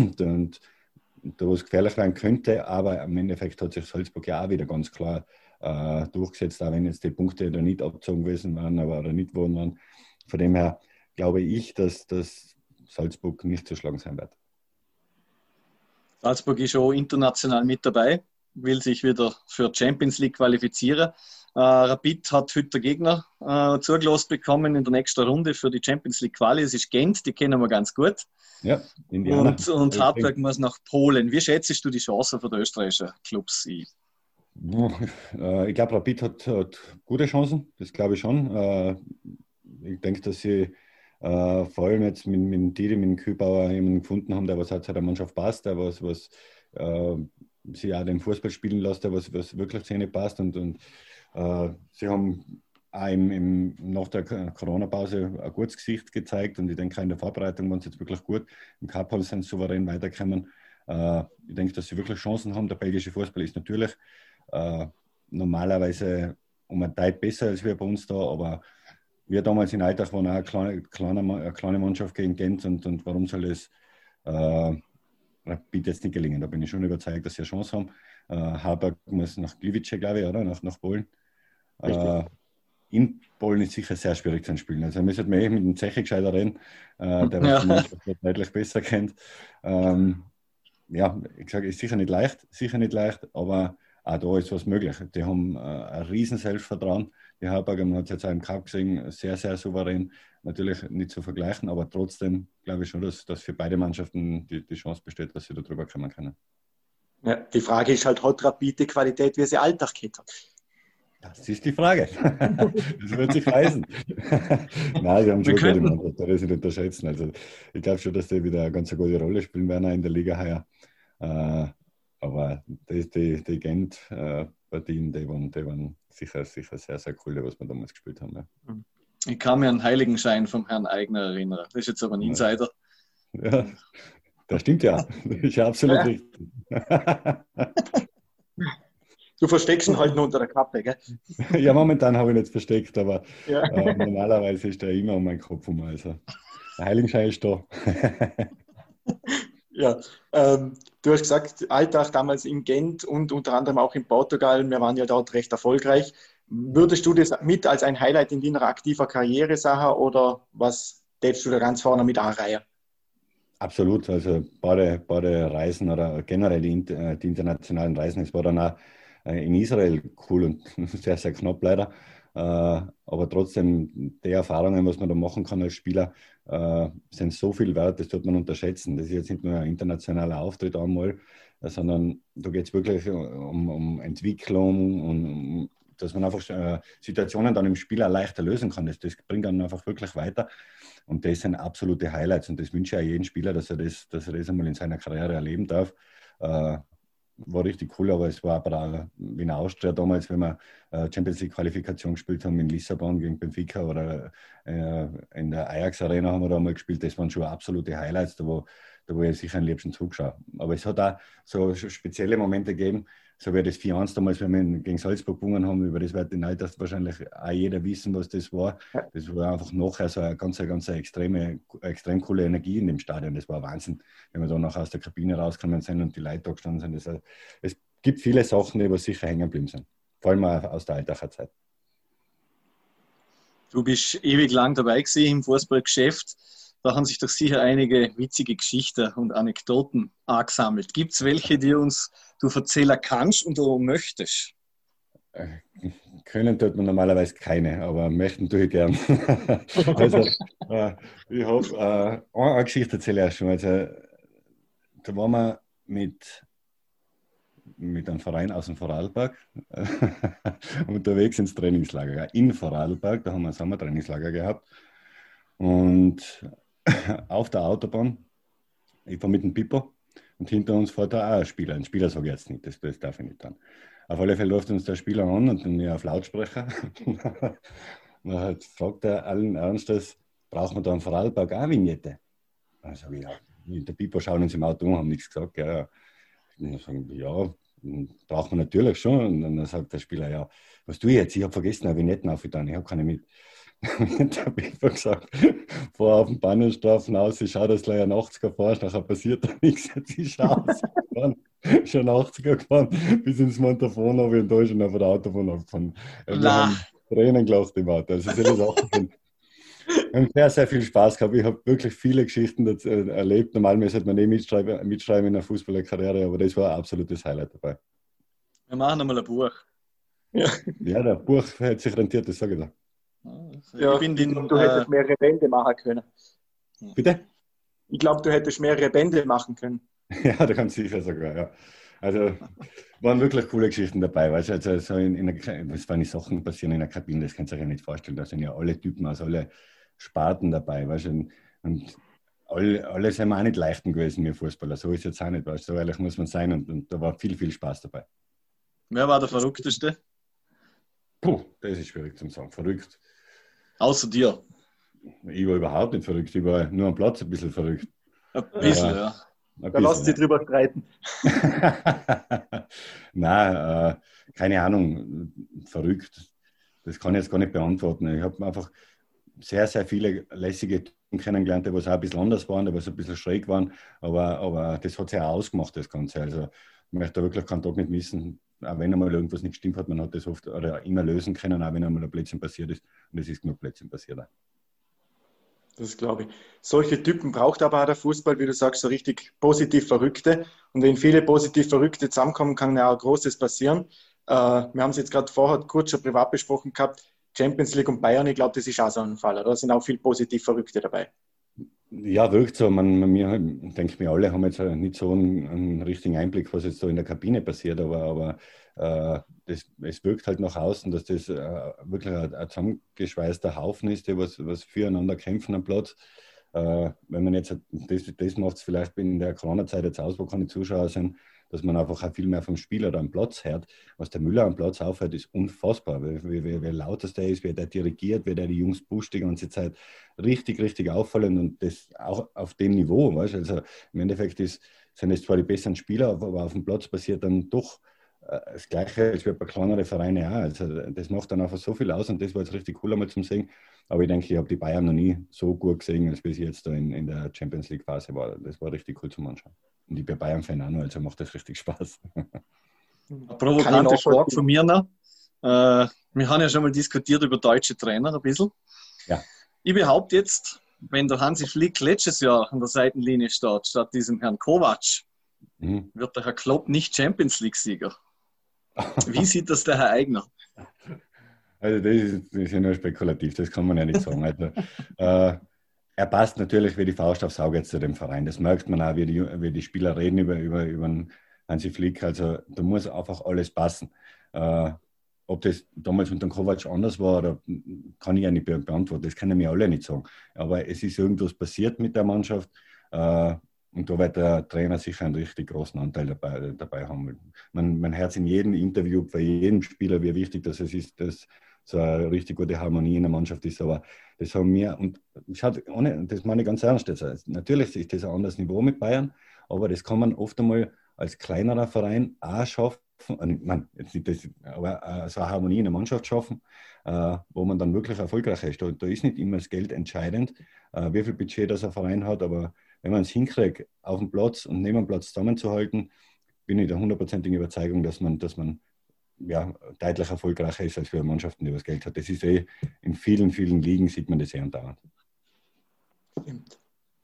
da was gefährlich werden könnte, aber im Endeffekt hat sich Salzburg ja auch wieder ganz klar durchgesetzt, auch wenn jetzt die Punkte da nicht abgezogen gewesen waren oder nicht worden waren. Von dem her glaube ich, dass Salzburg nicht zu schlagen sein wird. Salzburg ist schon international mit dabei, will sich wieder für Champions League qualifizieren. Rapid hat heute den Gegner zugelost bekommen in der nächsten Runde für die Champions League Quali. Es ist Gent, die kennen wir ganz gut. Ja, Indiana. Und Hartberg muss nach Polen. Wie schätzt du die Chancen für die österreichischen Clubs ein? Ich glaube, Rapid hat gute Chancen, das glaube ich schon. Ich denke, dass sie vor allem jetzt mit Didi, mit dem Kühlbauer jemanden gefunden haben, der was halt zu der Mannschaft passt, der was sie auch den Fußball spielen lässt, der was wirklich zu ihnen passt. Und sie haben auch nach der Corona-Pause ein gutes Gesicht gezeigt und ich denke, auch in der Vorbereitung waren sie jetzt wirklich gut. Im Cup haben sie dann souverän weitergekommen. Ich denke, dass sie wirklich Chancen haben. Der belgische Fußball ist natürlich normalerweise um ein Teil besser als wir bei uns da, aber wir damals in Altach waren auch eine kleine Mannschaft gegen Gent und warum soll es Rapid jetzt nicht gelingen? Da bin ich schon überzeugt, dass sie eine Chance haben. Hartberg muss nach Gliwice, glaube ich, oder? Nach Polen. In Polen ist sicher sehr schwierig zu spielen. Also müssen wir mit dem Zeche gescheiter reden, der was die Mannschaft deutlich besser kennt. Ja, ich sage, ist sicher nicht leicht, aber auch da ist was möglich. Die haben ein riesen Selbstvertrauen. Die Hartberger, man hat es jetzt auch im Cup gesehen, sehr, sehr souverän. Natürlich nicht zu vergleichen, aber trotzdem glaube ich schon, dass für beide Mannschaften die Chance besteht, dass sie da drüber kommen können. Ja, die Frage ist halt, hat Rapid die Qualität, wie sie Alltag hat? Das ist die Frage. Das wird sich weisen. Nein, sie haben schon gute Mannschaft, da ist nicht unterschätzen. Also ich glaube schon, dass die wieder eine ganz gute Rolle spielen werden in der Liga heuer. Aber die Gent-Partien, die waren sicher sehr, sehr cool, was wir damals gespielt haben. Ja. Ich kann mir an Heiligenschein vom Herrn Eigner erinnern. Das ist jetzt aber ein Insider. Ja, das stimmt ja. Das ist ja absolut richtig. Du versteckst ihn halt nur unter der Kappe, gell? Ja, momentan habe ich ihn jetzt versteckt, aber normalerweise ist der immer um meinen Kopf herum. Also, der Heiligenschein ist da. Ja, du hast gesagt, Alltag damals in Gent und unter anderem auch in Portugal. Wir waren ja dort recht erfolgreich. Würdest du das mit als ein Highlight in deiner aktiver Karriere sagen oder was tätst du da ganz vorne mit anreihen? Absolut, also beide Reisen oder generell die internationalen Reisen, es war dann auch in Israel cool und sehr, sehr knapp leider. Aber trotzdem, die Erfahrungen, was man da machen kann als Spieler, sind so viel wert, das tut man unterschätzen. Das ist jetzt nicht nur ein internationaler Auftritt einmal, sondern da geht es wirklich um Entwicklung und dass man einfach Situationen dann im Spiel auch leichter lösen kann. Das bringt dann einfach wirklich weiter. Und das sind absolute Highlights. Und das wünsche ich auch jedem Spieler, dass er das einmal in seiner Karriere erleben darf. War richtig cool, aber es war aber auch wie in Austria damals, wenn wir Champions League Qualifikation gespielt haben in Lissabon gegen Benfica oder in der Ajax Arena haben wir da mal gespielt. Das waren schon absolute Highlights, da wo ich sicher am liebsten zugeschaut. Aber es hat auch so spezielle Momente gegeben, so wie das 4-1 damals, wenn wir gegen Salzburg gewonnen haben, über das wird in Alters wahrscheinlich auch jeder wissen, was das war. Das war einfach nachher so eine ganz extrem coole Energie in dem Stadion. Das war Wahnsinn, wenn wir da nachher aus der Kabine rausgekommen sind und die Leute da gestanden sind. Es gibt viele Sachen, die sicher hängen geblieben sind. Vor allem auch aus der Altacher Zeit. Du bist ewig lang dabei gewesen im Fußballgeschäft. Da haben sich doch sicher einige witzige Geschichten und Anekdoten angesammelt. Gibt es welche, die du erzählen kannst und du möchtest? Können tut man normalerweise keine, aber möchten tue ich gern. Also, ich habe eine Geschichte erzähle ich erst schon. Also, da waren wir mit einem Verein aus dem Vorarlberg unterwegs ins Trainingslager. In Vorarlberg, da haben wir ein Sommertrainingslager gehabt. Und auf der Autobahn, ich fahre mit dem Pipo und hinter uns fährt da auch ein Spieler. Ein Spieler sage ich jetzt nicht, das darf ich nicht tun. Auf alle Fälle läuft uns der Spieler an und dann auf Lautsprecher. Dann fragt er allen Ernstes, braucht man da am Vorarlberg auch Vignette? Dann sage ich, ja. Der Pipo schauen uns im Auto um, haben nichts gesagt. Ja. Und dann sagen wir, ja, braucht man natürlich schon. Und dann sagt der Spieler, ja, was tue ich jetzt? Ich habe vergessen, eine Vignetten aufgetan, ich habe keine mit. Da habe ich einfach gesagt, fahr auf den Bannenstreifen aus, ich schaue, dass du gleich ein 80er fährst, nachher passiert da nichts. Ich schaue aus, schon 80er gefahren, bis ins Montafon habe ich und da schon auf der Autobahn abgefahren. Wir haben Tränen gelacht im Auto. Also solche Sachen sind. Wir haben sehr, sehr viel Spaß gehabt. Ich habe wirklich viele Geschichten dazu erlebt. Normalerweise sollte man nicht mitschreiben in einer Fußballerkarriere, aber das war ein absolutes Highlight dabei. Wir machen einmal ein Buch. Ja, Ja, der Buch hat sich rentiert, das sage ich da. ja, Ich bin du hättest mehrere Bände machen können. Bitte? Ich glaube, du hättest mehrere Bände machen können. Ja, da kann sicher sogar, ja. Also waren wirklich coole Geschichten dabei. Weißt du, also so was waren die Sachen passieren in der Kabine, das kannst du dir ja nicht vorstellen. Da sind ja alle Typen aus alle Sparten dabei. Weißt du, und alle sind wir auch nicht leichten gewesen, wir Fußballer. So ist es jetzt auch nicht, weißt du, so ehrlich muss man sein. Und da war viel, viel Spaß dabei. Wer war der Verrückteste? Puh, das ist schwierig zu sagen. Verrückt. Außer dir. Ich war überhaupt nicht verrückt, ich war nur am Platz ein bisschen verrückt. Ein bisschen, ja. Da lasst sie drüber streiten. Nein, keine Ahnung, verrückt. Das kann ich jetzt gar nicht beantworten. Ich habe einfach sehr, sehr viele lässige Typen kennengelernt, die was auch ein bisschen anders waren, die was ein bisschen schräg waren, aber das hat sich auch ausgemacht, das Ganze. Also ich möchte da wirklich keinen Tag nicht missen, auch wenn einmal irgendwas nicht gestimmt hat, man hat das oft oder immer lösen können, auch wenn einmal ein Blödsinn passiert ist. Und es ist genug Blödsinn passiert. Das glaube ich. Solche Typen braucht aber auch der Fußball, wie du sagst, so richtig positiv Verrückte. Und wenn viele positiv Verrückte zusammenkommen, kann ja auch Großes passieren. Wir haben es jetzt gerade vorher kurz schon privat besprochen gehabt, Champions League und Bayern, ich glaube, das ist auch so ein Fall. Da sind auch viele positiv Verrückte dabei. Ja, wirkt so. Wir, denke ich mir, alle haben jetzt nicht so einen richtigen Einblick, was jetzt so in der Kabine passiert, aber es wirkt halt nach außen, dass das wirklich ein zusammengeschweißter Haufen ist, der was füreinander kämpfen am Platz. Wenn man jetzt, das macht es vielleicht in der Corona-Zeit jetzt aus, wo keine Zuschauer sind, dass man einfach auch viel mehr vom Spieler da am Platz hört. Was der Müller am Platz aufhört, ist unfassbar. Wie laut das der ist, wie der dirigiert, wie der die Jungs pusht die ganze Zeit. Richtig, richtig auffallend und das auch auf dem Niveau. Weißt? Also im Endeffekt sind es zwar die besseren Spieler, aber auf dem Platz passiert dann doch das Gleiche, als wird bei kleineren Vereinen auch. Also das macht dann einfach so viel aus und das war jetzt richtig cool einmal zum Sehen. Aber ich denke, ich habe die Bayern noch nie so gut gesehen, als bis jetzt da in der Champions League Phase war. Das war richtig cool zum Anschauen. Und ich bin Bayern-Fan auch noch, also macht das richtig Spaß. Eine provokante Frage von mir noch. Wir haben ja schon mal diskutiert über deutsche Trainer ein bisschen. Ja. Ich behaupte jetzt, wenn der Hansi Flick letztes Jahr an der Seitenlinie steht, statt diesem Herrn Kovac, wird der Herr Klopp nicht Champions League-Sieger. Wie sieht das der Herr Eigner? Also das ist ja nur spekulativ, das kann man ja nicht sagen. Also, er passt natürlich wie die Faust aufs Auge jetzt zu dem Verein. Das merkt man auch, wie die Spieler reden über den Hansi Flick. Also da muss einfach alles passen. Ob das damals mit dem Kovac anders war, oder kann ich ja nicht beantworten. Das können wir alle nicht sagen. Aber es ist irgendwas passiert mit der Mannschaft. Und da wird der Trainer sicher einen richtig großen Anteil dabei haben. Man hört es in jedem Interview bei jedem Spieler, wie wichtig das ist, dass so eine richtig gute Harmonie in der Mannschaft ist. Aber das haben wir, und das meine ich ganz ernst jetzt. Natürlich ist das ein anderes Niveau mit Bayern, aber das kann man oft einmal als kleinerer Verein auch schaffen. Jetzt nicht das, aber so eine Harmonie in der Mannschaft schaffen, wo man dann wirklich erfolgreich ist. Da ist nicht immer das Geld entscheidend, wie viel Budget das ein Verein hat, aber wenn man es hinkriegt, auf dem Platz und neben dem Platz zusammenzuhalten, bin ich der hundertprozentigen Überzeugung, dass man ja, deutlich erfolgreicher ist als für Mannschaften, die das Geld hat. Das ist in vielen, vielen Ligen sieht man das andauernd. Stimmt.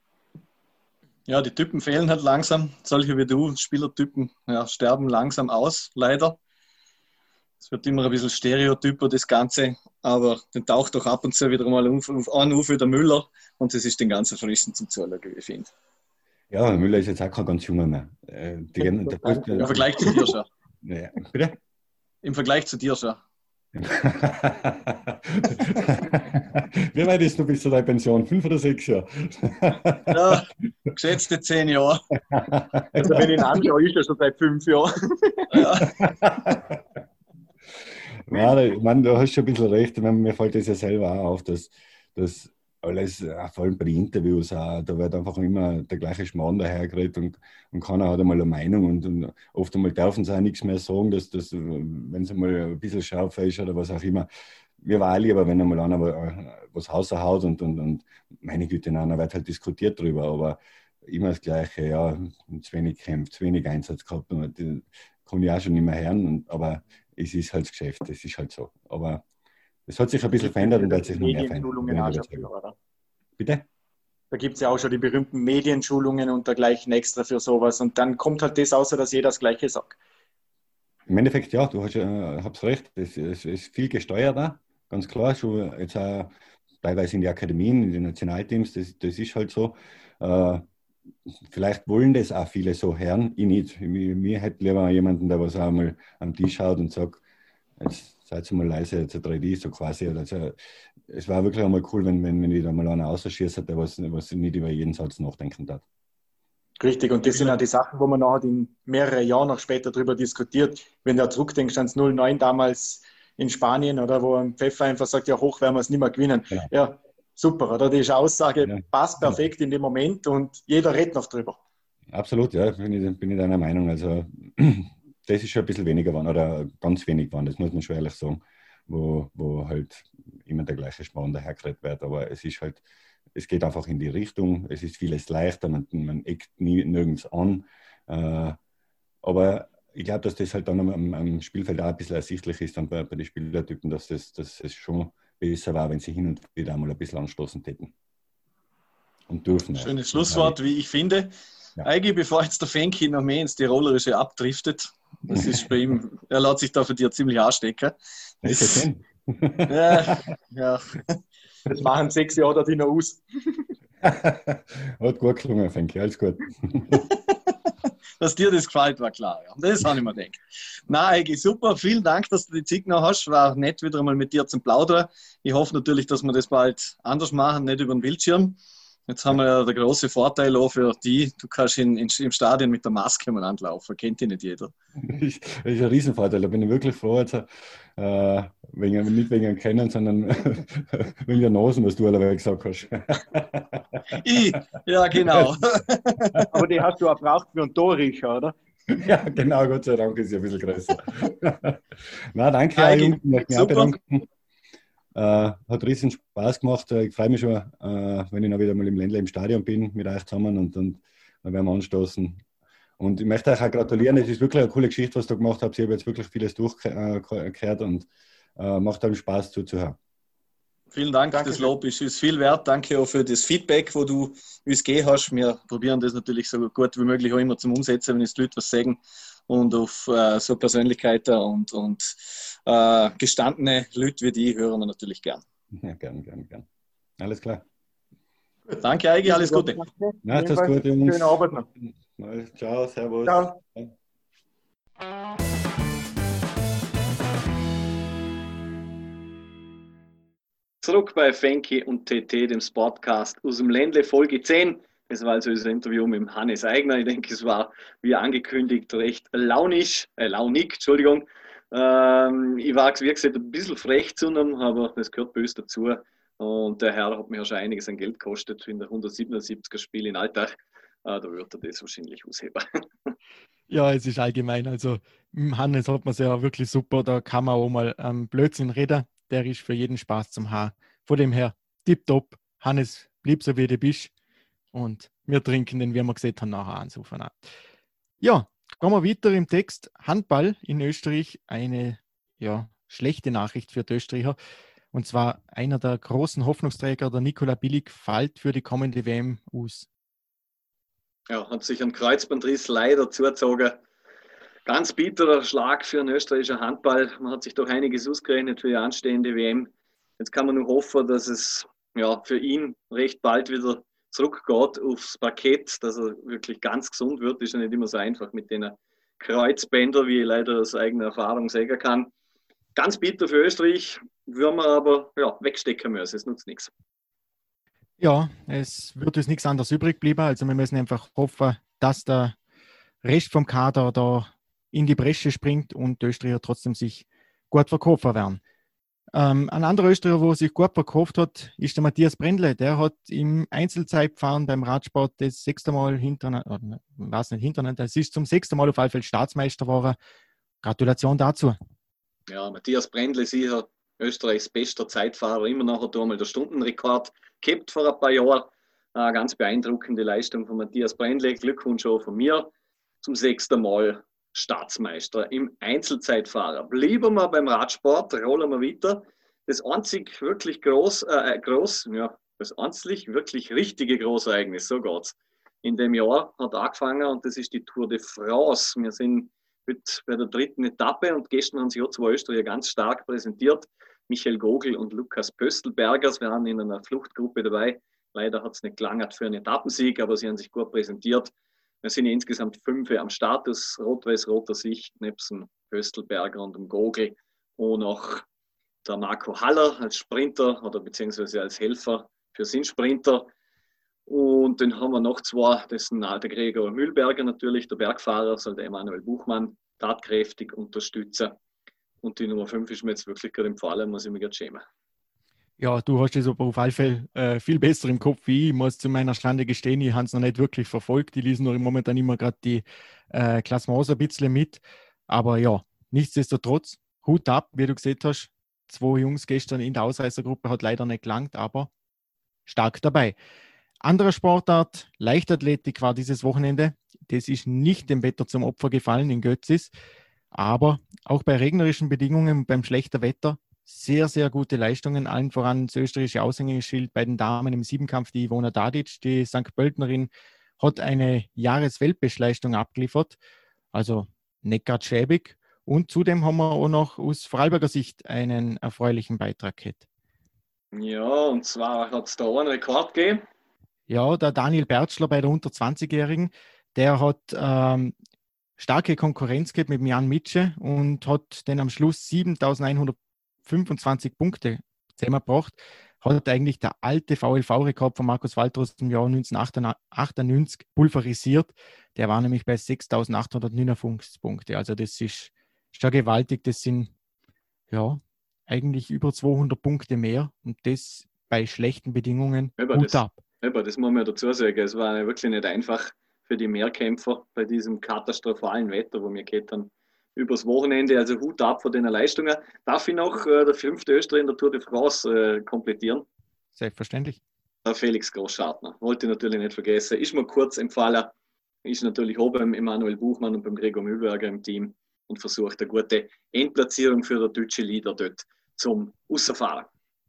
Ja, die Typen fehlen halt langsam. Solche wie du, Spielertypen, ja, sterben langsam aus, leider. Es wird immer ein bisschen Stereotyper, das Ganze, aber den taucht doch ab und zu wieder mal auf wie der Müller und das ist den ganzen Frischen zum Zuschauen, wie ich finde. Ja, der Müller ist jetzt auch kein ganz junger mehr. Im Vergleich zu dir schon. Ja, bitte? Im Vergleich zu dir schon. Wie weit ist du bis zu deiner Pension? 5 oder 6 Jahre? Ja, geschätzte 10 Jahre. Also wenn ich ihn anschaue, ist er schon seit 5 Jahren. Ja. Ja, ich meine, du hast schon ein bisschen recht. Mir fällt das ja selber auch auf, dass alles, vor allem bei den Interviews, da wird einfach immer der gleiche Schmarrn dahergeredet und keiner hat einmal eine Meinung und oft einmal dürfen sie auch nichts mehr sagen, dass wenn es mal ein bisschen scharfer ist oder was auch immer. Mir war auch lieber, wenn einmal einer was raushaut und meine Güte, einer wird halt diskutiert drüber, aber immer das Gleiche, ja, zu wenig Kämpfe, zu wenig Einsatz gehabt, und das kann ich auch schon nicht mehr hören, aber es ist halt das Geschäft, das ist halt so. Aber Es hat sich ein bisschen verändert und wird sich noch mehr Medienschulungen auch schon verändern. für, oder? Bitte? Da gibt es ja auch schon die berühmten Medienschulungen und dergleichen extra für sowas. Und dann kommt halt das außer, dass jeder das Gleiche sagt. Im Endeffekt, ja, du hast recht. Es ist viel gesteuert da, ganz klar. Schon jetzt auch teilweise in die Akademien, in den Nationalteams, das ist halt so. Vielleicht wollen das auch viele so hören. Ich nicht. Mir hätte lieber jemanden, der was auch mal am Tisch schaut und sagt, jetzt seid ihr mal leise, jetzt 3D, so quasi. Also, es war wirklich einmal cool, wenn ich da mal einer ausschießt, der was nicht über jeden Satz nachdenken darf. Richtig, und das sind auch die Sachen, wo man nachher in mehrere Jahre noch später darüber diskutiert. Wenn du zurückdenkst ans 0-9 damals in Spanien, oder wo ein Pfeffer einfach sagt, ja, hoch werden wir es nicht mehr gewinnen. Genau. Ja, super, oder? Die Aussage Ja. passt perfekt in dem Moment und jeder redet noch drüber. Absolut, ja, bin ich deiner Meinung. Also das ist schon ein bisschen weniger geworden oder ganz wenig geworden, das muss man schon ehrlich sagen, wo halt immer der gleiche Schmarrn dahergeredet wird. Aber es ist halt, es geht einfach in die Richtung, es ist vieles leichter, man eckt nirgends an. Aber ich glaube, dass das halt dann am Spielfeld auch ein bisschen ersichtlich ist dann bei den Spielertypen, dass es schon besser war, wenn sie hin und wieder einmal ein bisschen anstoßen täten. Und dürfen. Schönes Schlusswort, wie ich finde. Ja. Eigentlich, bevor jetzt der Fenki noch mehr ins Tirolerische abdriftet, das ist bei ihm, er lässt sich da für dir ziemlich anstecken. Ja. Das machen 6 Jahre da die noch aus. Hat gut gelungen, Fenki, alles gut. Dass dir das gefällt, war klar. Ja. Das habe ich mir gedacht. Nein, eigentlich super. Vielen Dank, dass du die Zeit noch hast. War nett, wieder einmal mit dir zum Plaudern. Ich hoffe natürlich, dass wir das bald anders machen, nicht über den Bildschirm. Jetzt haben wir ja den großen Vorteil auch für die, du kannst im Stadion mit der Maske mal anlaufen, kennt dich nicht jeder. Das ist ein Riesenvorteil, da bin ich wirklich froh, jetzt, nicht wegen dem Kennen, sondern wegen der Nase, was du alle gesagt hast. Ja, genau. Aber die hast du auch braucht für einen Torriecher, oder? Ja, genau, Gott sei Dank ist sie ein bisschen größer. Na, danke, Jungs, ich möchte mich auch bedanken. Hat riesen Spaß gemacht. Ich freue mich schon, wenn ich noch wieder mal im Ländle im Stadion bin mit euch zusammen und dann werden wir anstoßen. Und ich möchte euch auch gratulieren. Es ist wirklich eine coole Geschichte, was ihr gemacht habt. Ich habe jetzt wirklich vieles durchgehört und macht einem Spaß zuzuhören. Vielen Dank, das Lob ist viel wert. Danke auch für das Feedback, wo du uns gegeben hast. Wir probieren das natürlich so gut wie möglich auch immer zum Umsetzen, wenn jetzt die Leute was sagen. Und auf so Persönlichkeiten und gestandene Leute wie die hören wir natürlich gern. Ja, gern. Alles klar. Danke, Eigi, alles Gute. Ja, das ist gut, Jungs. Schöne Arbeit noch. Ciao, servus. Ciao. Zurück bei Fenki und TT, dem Sportcast aus dem Ländle, Folge 10. Das war also unser Interview mit dem Hannes Aigner. Ich denke, es war, wie angekündigt, recht launig, Entschuldigung. Ich war, wie gesagt, ein bisschen frech zu ihm, aber das gehört bei uns dazu. Und der Herr hat mir ja schon einiges an Geld gekostet in der 177er Spiel in Alltag. Da wird er das wahrscheinlich ausheben. Ja, es ist allgemein. Also, Hannes hat man es ja wirklich super. Da kann man auch mal Blödsinn reden. Der ist für jeden Spaß zum Haar. Von dem her, tipptopp. Hannes, bleib so wie du bist. Und wir trinken den, wie wir gesehen haben, nachher an. Ja, gehen wir weiter im Text. Handball in Österreich, eine schlechte Nachricht für die Österreicher. Und zwar einer der großen Hoffnungsträger, der Nikola Bilic, fällt für die kommende WM aus. Ja, hat sich ein Kreuzbandriss leider zugezogen. Ganz bitterer Schlag für den österreichischen Handball. Man hat sich doch einiges ausgerechnet für die anstehende WM. Jetzt kann man nur hoffen, dass es für ihn recht bald wieder zurückgeht aufs Parkett, dass er wirklich ganz gesund wird. Ist ja nicht immer so einfach mit den Kreuzbändern, wie ich leider aus eigener Erfahrung sagen kann. Ganz bitter für Österreich, würden wir aber wegstecken müssen. Es nutzt nichts. Ja, es wird uns nichts anderes übrig bleiben. Also wir müssen einfach hoffen, dass der Rest vom Kader da in die Bresche springt und die Österreicher trotzdem sich gut verkaufen werden. Ein anderer Österreicher, der sich gut verkauft hat, ist der Matthias Brendle. Der hat im Einzelzeitfahren beim Radsport das 6. Mal das ist zum 6. Mal auf alle Fälle Staatsmeister geworden. Gratulation dazu. Ja, Matthias Brendle, sicher Österreichs bester Zeitfahrer. Immer noch hat er einmal den Stundenrekord gehabt vor ein paar Jahren. Eine ganz beeindruckende Leistung von Matthias Brendle. Glückwunsch auch von mir zum 6. Mal Staatsmeister im Einzelzeitfahrer. Bleiben wir beim Radsport, rollen wir weiter. das einzig wirklich das einzig wirklich richtige Großereignis, so geht's. In dem Jahr hat angefangen und das ist die Tour de France. Wir sind heute bei der 3. Etappe und gestern haben sich auch 2 Österreicher ganz stark präsentiert. Michael Gogl und Lukas Pöstlbergers. Wir waren in einer Fluchtgruppe dabei. Leider hat es nicht gelangt für einen Etappensieg, aber sie haben sich gut präsentiert. Wir sind insgesamt 5 am Start aus rot-weiß-roter Sicht, nebst Pöstlberger und dem Gogl. Und noch der Marco Haller als Sprinter oder beziehungsweise als Helfer für den Sprinter. Und dann haben wir noch 2, das sind der Gregor Mühlberger natürlich, der Bergfahrer, soll der Emanuel Buchmann tatkräftig unterstützen. Und die Nummer 5 ist mir jetzt wirklich gerade empfohlen, muss ich mich gerade schämen. Ja, du hast es aber auf alle Fälle viel besser im Kopf wie ich. Ich muss zu meiner Schande gestehen, ich habe es noch nicht wirklich verfolgt. Ich lese nur momentan immer gerade die Klassements ein bisschen mit. Aber ja, nichtsdestotrotz, Hut ab, wie du gesehen hast. 2 Jungs gestern in der Ausreißergruppe hat leider nicht gelangt, aber stark dabei. Andere Sportart, Leichtathletik war dieses Wochenende. Das ist nicht dem Wetter zum Opfer gefallen in Götzis. Aber auch bei regnerischen Bedingungen und beim schlechten Wetter sehr, sehr gute Leistungen. Allen voran das österreichische Aushängeschild bei den Damen im Siebenkampf, die Ivona Dadic, die St. Pöltnerin, hat eine Jahresweltbestleistung abgeliefert. Also nicht gerade schäbig. Und zudem haben wir auch noch aus Vorarlberger Sicht einen erfreulichen Beitrag gehabt. Ja, und zwar hat es da auch einen Rekord gegeben. Ja, der Daniel Bertschler bei der unter 20-Jährigen, der hat starke Konkurrenz gehabt mit Jan Mitsche und hat dann am Schluss 7.125 Punkte zusammengebracht. Hat eigentlich der alte VLV-Rekord von Markus Walter aus dem Jahr 1998 pulverisiert. Der war nämlich bei 6.859 Punkte. Also das ist schon gewaltig. Das sind ja eigentlich über 200 Punkte mehr und das bei schlechten Bedingungen. Hut ab. Aber das muss man dazu sagen. Es war wirklich nicht einfach für die Mehrkämpfer bei diesem katastrophalen Wetter, wo wir geht dann übers Wochenende. Also Hut ab von den Leistungen. Darf ich noch der 5. Österreicher in der Tour de France komplettieren? Selbstverständlich. Der Felix Großschartner. Wollte ich natürlich nicht vergessen. Ist mir kurz empfallen. Ist natürlich auch beim Emanuel Buchmann und beim Gregor Mühlberger im Team und versucht eine gute Endplatzierung für den deutschen Leader dort zum Rausfahren.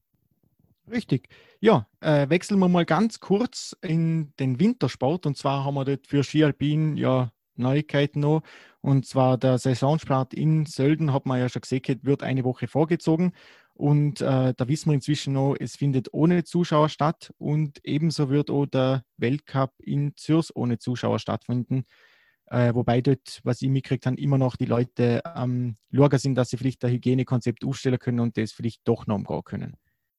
Richtig. Ja, wechseln wir mal ganz kurz in den Wintersport. Und zwar haben wir dort für Ski Alpin ja Neuigkeiten noch. Und zwar der Saisonstart in Sölden, hat man ja schon gesehen, wird eine Woche vorgezogen. Und da wissen wir inzwischen noch, es findet ohne Zuschauer statt. Und ebenso wird auch der Weltcup in Zürs ohne Zuschauer stattfinden. Wobei dort, was ich mitgekriegt habe, immer noch die Leute am Schauen sind, dass sie vielleicht ein Hygienekonzept aufstellen können und das vielleicht doch noch umgehen können.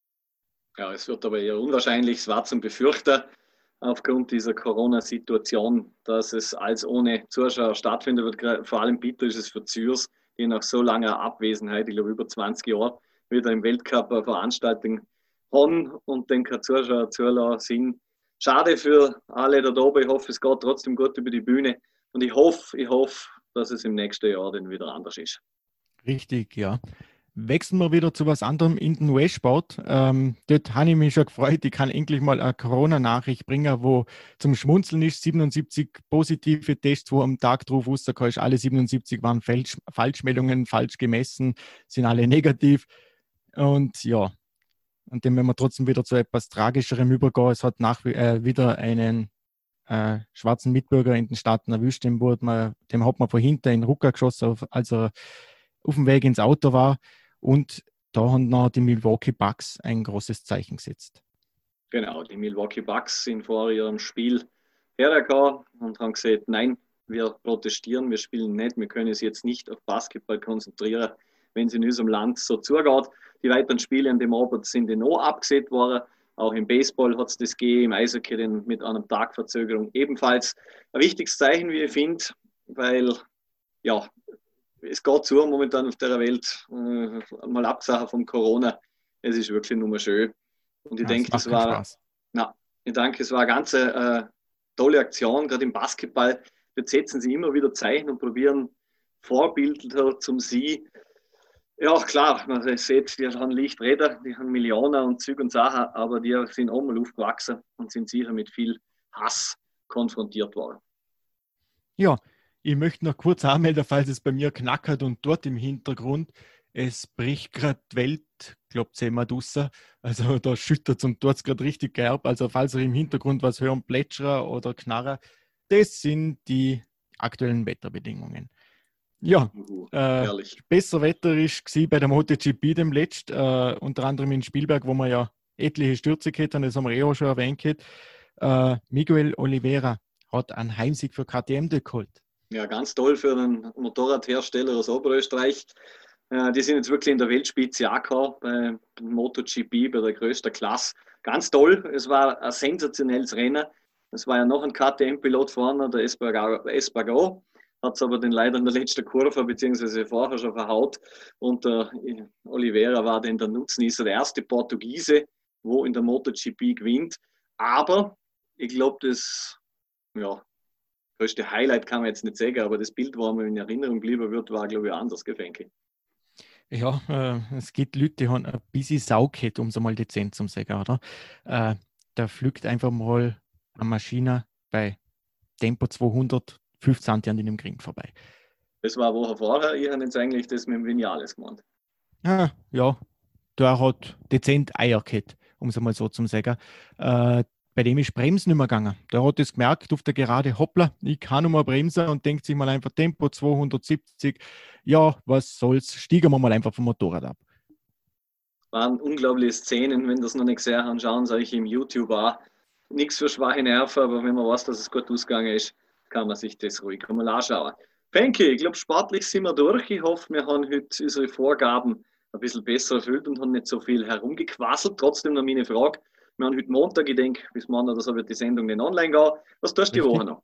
Ja, es wird aber eher unwahrscheinlich, es war zum Befürchten aufgrund dieser Corona-Situation, dass es als ohne Zuschauer stattfinden wird. Vor allem bitter ist es für Zürs, die nach so langer Abwesenheit, ich glaube über 20 Jahre, wieder im Weltcup eine Veranstaltung haben und den keine Zuschauer zulassen sind. Schade für alle da oben. Ich hoffe, es geht trotzdem gut über die Bühne und ich hoffe, dass es im nächsten Jahr dann wieder anders ist. Richtig, ja. Wechseln wir wieder zu was anderem in den US-Sport. Dort habe ich mich schon gefreut, ich kann endlich mal eine Corona-Nachricht bringen, wo zum Schmunzeln ist. 77 positive Tests, wo am Tag drauf rausgekommen ist. Alle 77 waren Falschmeldungen, falsch gemessen, sind alle negativ. Und ja, und dann, wenn wir trotzdem wieder zu etwas Tragischerem übergehen, es hat wieder einen schwarzen Mitbürger in den Staaten erwischt, dem hat man von hinten in den Rucker geschossen, als er auf dem Weg ins Auto war. Und da haben noch die Milwaukee Bucks ein großes Zeichen gesetzt. Genau, die Milwaukee Bucks sind vor ihrem Spiel hergekommen und haben gesagt, nein, wir protestieren, wir spielen nicht, wir können uns jetzt nicht auf Basketball konzentrieren, wenn es in unserem Land so zugeht. Die weiteren Spiele an dem Abend sind dann auch abgesehen worden. Auch im Baseball hat es das gegeben, im Eishockey dann mit einem Tag Verzögerung ebenfalls. Ein wichtiges Zeichen, wie ich finde, weil ja, es geht zu momentan auf der Welt, mal abgesehen vom Corona. Es ist wirklich nur mal schön. Und ich denke, es war eine ganz tolle Aktion, gerade im Basketball. Jetzt setzen sie immer wieder Zeichen und probieren Vorbilder zum Sie. Ja, klar, man sieht, die haben Lichträder, die haben Millionen und Züge und Sachen, aber die sind auch mal aufgewachsen und sind sicher mit viel Hass konfrontiert worden. Ja, ich möchte noch kurz anmelden, falls es bei mir knackert und dort im Hintergrund es bricht gerade die Welt, glaubt sie immer draussen. Also da schüttert es und tut es gerade richtig derb. Also falls ihr im Hintergrund was hören, Plätscherer oder Knarrer, das sind die aktuellen Wetterbedingungen. Ja, Herrlich. besser Wetter ist gewesen bei der MotoGP dem letzten, unter anderem in Spielberg, wo wir ja etliche Stürze gehabt haben, das haben wir auch schon erwähnt. Miguel Oliveira hat einen Heimsieg für KTM geholt. Ja, ganz toll für einen Motorradhersteller aus Oberösterreich. Die sind jetzt wirklich in der Weltspitze angekommen bei MotoGP, bei der größten Klasse. Ganz toll, es war ein sensationelles Rennen. Es war ja noch ein KTM-Pilot vorne, der Espargaro. Hat es aber den leider in der letzten Kurve beziehungsweise vorher schon verhaut. Und Oliveira war dann der Nutznießer, der erste Portugiese, wo in der MotoGP gewinnt. Aber ich glaube, das größte Highlight kann man jetzt nicht sagen, aber das Bild, wo man in Erinnerung bleiben wird, war, glaube ich, anders, Gefänke. Ja, es gibt Leute, die haben ein bisschen Saugheit, um es einmal dezent zu sagen, oder? Da fliegt einfach mal eine Maschine bei Tempo 200 15 an dem Ring vorbei. Das war eine Woche vorher. Ich habe jetzt eigentlich das mit dem Vinales gemeint. Ja, der hat dezent Eier gehabt, um es einmal so zu sagen. Bei dem ist Bremsen nicht mehr gegangen. Der hat es gemerkt auf der Gerade, hoppla, ich kann noch mal bremsen und denkt sich mal einfach Tempo 270. Ja, was soll's, stiegen wir mal einfach vom Motorrad ab. Waren unglaubliche Szenen, wenn das noch nicht gesehen haben, schauen Sie euch im YouTube an. Nichts für schwache Nerven, aber wenn man weiß, dass es gut ausgegangen ist, kann man sich das ruhig mal anschauen. Fenke, ich glaube, sportlich sind wir durch. Ich hoffe, wir haben heute unsere Vorgaben ein bisschen besser erfüllt und haben nicht so viel herumgequasselt. Trotzdem noch meine Frage. Wir haben heute Montag, ich denke, bis morgen oder so wird die Sendung nicht online gehen. Was tust du die Woche noch?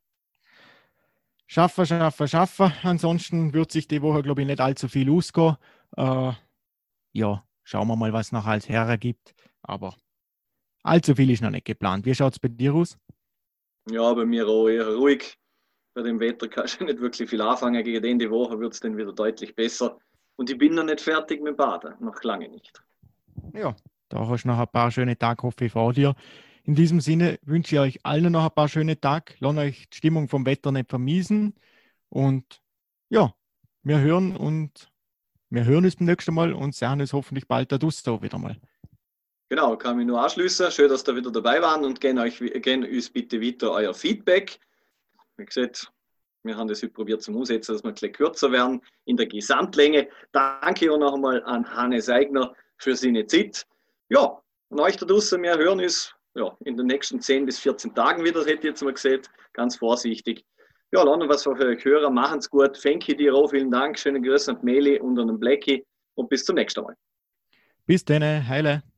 Schaffen. Ansonsten wird sich die Woche, glaube ich, nicht allzu viel ausgehen. Ja, schauen wir mal, was noch als Herr gibt. Aber allzu viel ist noch nicht geplant. Wie schaut es bei dir aus? Ja, bei mir auch eher ruhig. Bei dem Wetter kannst du nicht wirklich viel anfangen. Gegen Ende Woche wird es dann wieder deutlich besser. Und ich bin noch nicht fertig mit Baden. Noch lange nicht. Ja, da hast du noch ein paar schöne Tage, hoffe ich, vor dir. In diesem Sinne wünsche ich euch allen noch ein paar schöne Tage. Lasst euch die Stimmung vom Wetter nicht vermiesen. Und ja, wir hören uns beim nächsten Mal und sehen uns hoffentlich bald da wieder mal. Genau, kann mich nur anschließen. Schön, dass ihr wieder dabei waren und geben uns bitte weiter euer Feedback. Wie gesagt, wir haben das heute probiert zum Umsetzen, dass wir ein bisschen kürzer werden in der Gesamtlänge. Danke auch noch einmal an Hannes Eigner für seine Zeit. Ja, und euch da draußen, wir hören uns in den nächsten 10 bis 14 Tagen wieder, hätte ich jetzt mal gesagt. Ganz vorsichtig. Ja, lernen was für euch Hörer. Machen's gut. Fenki dir auch. Vielen Dank. Schöne Grüße an Meli und an den Blackie. Und bis zum nächsten Mal. Bis dann. Heile.